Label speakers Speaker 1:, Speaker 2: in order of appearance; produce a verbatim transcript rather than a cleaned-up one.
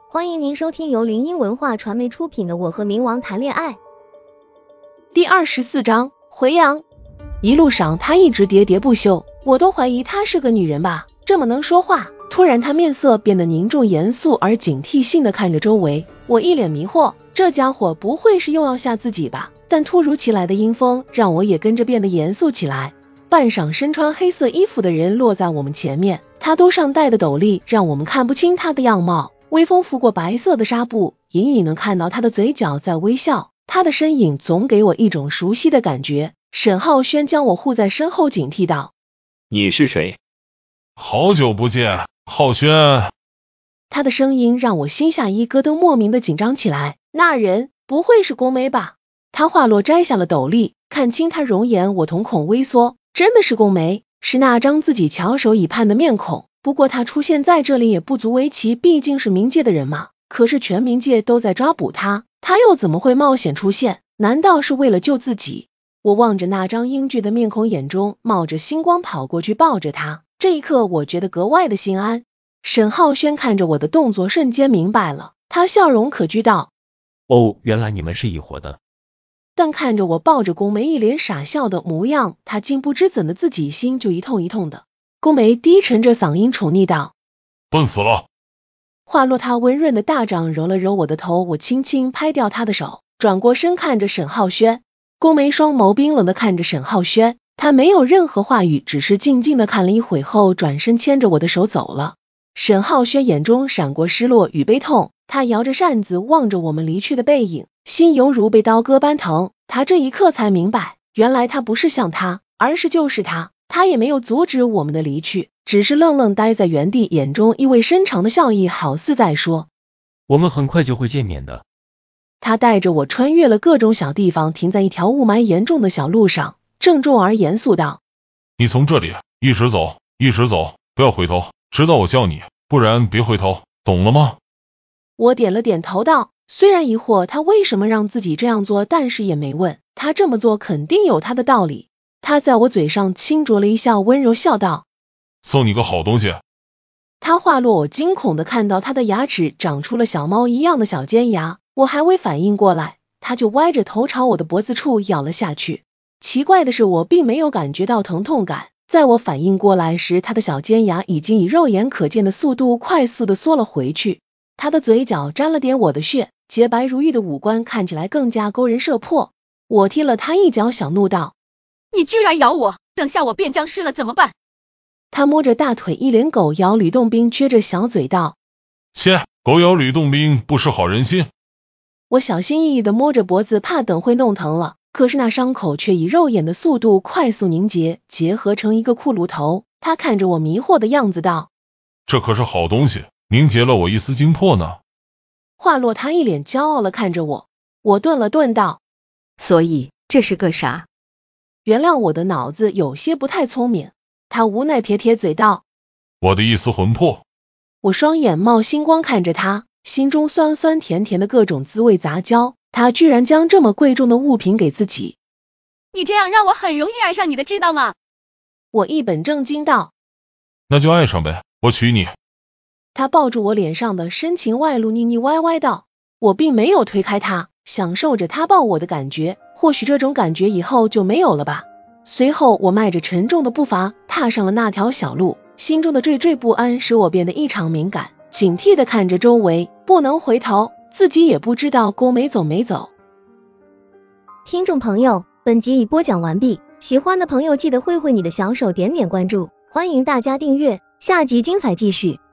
Speaker 1: 欢迎您收听由林音文化传媒出品的《我和冥王谈恋爱》
Speaker 2: 第二十四章回阳。一路上他一直喋喋不休，我都怀疑他是个女人吧，这么能说话。突然他面色变得凝重严肃而警惕性地看着周围，我一脸迷惑，这家伙不会是又要吓自己吧？但突如其来的阴风让我也跟着变得严肃起来。半晌身穿黑色衣服的人落在我们前面，他兜上戴的斗笠让我们看不清他的样貌，微风拂过白色的纱布，隐隐能看到他的嘴角在微笑，他的身影总给我一种熟悉的感觉。沈浩轩将我护在身后，警惕道：
Speaker 3: 你是谁？
Speaker 4: 好久不见，浩轩。
Speaker 2: 他的声音让我心下一咯噔，莫名的紧张起来。那人不会是宫梅吧？他话落摘下了斗笠，看清他容颜，我瞳孔微缩，真的是宫梅，是那张自己翘首以盼的面孔。不过他出现在这里也不足为奇，毕竟是冥界的人嘛。可是全冥界都在抓捕他，他又怎么会冒险出现？难道是为了救自己？我望着那张英俊的面孔，眼中冒着星光，跑过去抱着他。这一刻我觉得格外的心安。沈浩轩看着我的动作，瞬间明白了，他笑容可掬道：
Speaker 3: 哦，原来你们是一伙的。
Speaker 2: 但看着我抱着宫梅一脸傻笑的模样，他竟不知怎的自己心就一痛一痛的。宫梅低沉着嗓音宠溺道：
Speaker 4: 笨死了。
Speaker 2: 话落，他温润的大掌揉了揉我的头，我轻轻拍掉他的手，转过身看着沈浩轩。宫梅双眸冰冷的看着沈浩轩，他没有任何话语，只是静静的看了一会后转身牵着我的手走了。沈浩轩眼中闪过失落与悲痛，他摇着扇子望着我们离去的背影，心犹如被刀割般疼。他这一刻才明白，原来他不是像他，而是就是他。他也没有阻止我们的离去，只是愣愣待在原地，眼中意味深长的笑意，好似在说：
Speaker 3: 我们很快就会见面的。
Speaker 2: 他带着我穿越了各种小地方，停在一条雾霾严重的小路上，郑重而严肃道：
Speaker 4: 你从这里一直走，一直走，不要回头，直到我叫你，不然别回头，懂了吗？
Speaker 2: 我点了点头道，虽然疑惑他为什么让自己这样做，但是也没问，他这么做肯定有他的道理。他在我嘴上轻啄了一下，温柔笑道：
Speaker 4: 送你个好东西。
Speaker 2: 他话落，我惊恐的看到他的牙齿长出了小猫一样的小尖牙，我还未反应过来，他就歪着头朝我的脖子处咬了下去。奇怪的是，我并没有感觉到疼痛感，在我反应过来时，他的小尖牙已经以肉眼可见的速度快速的缩了回去。他的嘴角沾了点我的血，洁白如玉的五官看起来更加勾人摄魄。我踢了他一脚，小怒道：
Speaker 5: 你居然咬我，等下我变僵尸了怎么办？
Speaker 2: 他摸着大腿，一脸狗咬吕洞宾，撅着小嘴道：
Speaker 4: 切，狗咬吕洞宾不识好人心。
Speaker 2: 我小心翼翼的摸着脖子，怕等会弄疼了，可是那伤口却以肉眼的速度快速凝结，结合成一个骷髅头。他看着我迷惑的样子道：
Speaker 4: 这可是好东西，凝结了我一丝精魄呢。
Speaker 2: 话落，他一脸骄傲了看着我。我顿了顿道：
Speaker 5: 所以这是个啥？
Speaker 2: 原谅我的脑子有些不太聪明。他无奈撇撇嘴道：
Speaker 4: 我的一丝魂魄。
Speaker 2: 我双眼冒星光看着他，心中酸酸甜甜的各种滋味杂交。他居然将这么贵重的物品给自己，
Speaker 5: 你这样让我很容易爱上你的，知道吗？
Speaker 2: 我一本正经道：
Speaker 4: 那就爱上呗，我娶你。
Speaker 2: 他抱住我脸上的深情外露，腻腻歪歪道。我并没有推开他，享受着他抱我的感觉，或许这种感觉以后就没有了吧。随后我迈着沉重的步伐踏上了那条小路，心中的惴惴不安使我变得异常敏感，警惕地看着周围，不能回头，自己也不知道宫梅走没走。
Speaker 1: 听众朋友，本集已播讲完毕，喜欢的朋友记得挥挥你的小手，点点关注，欢迎大家订阅，下集精彩继续。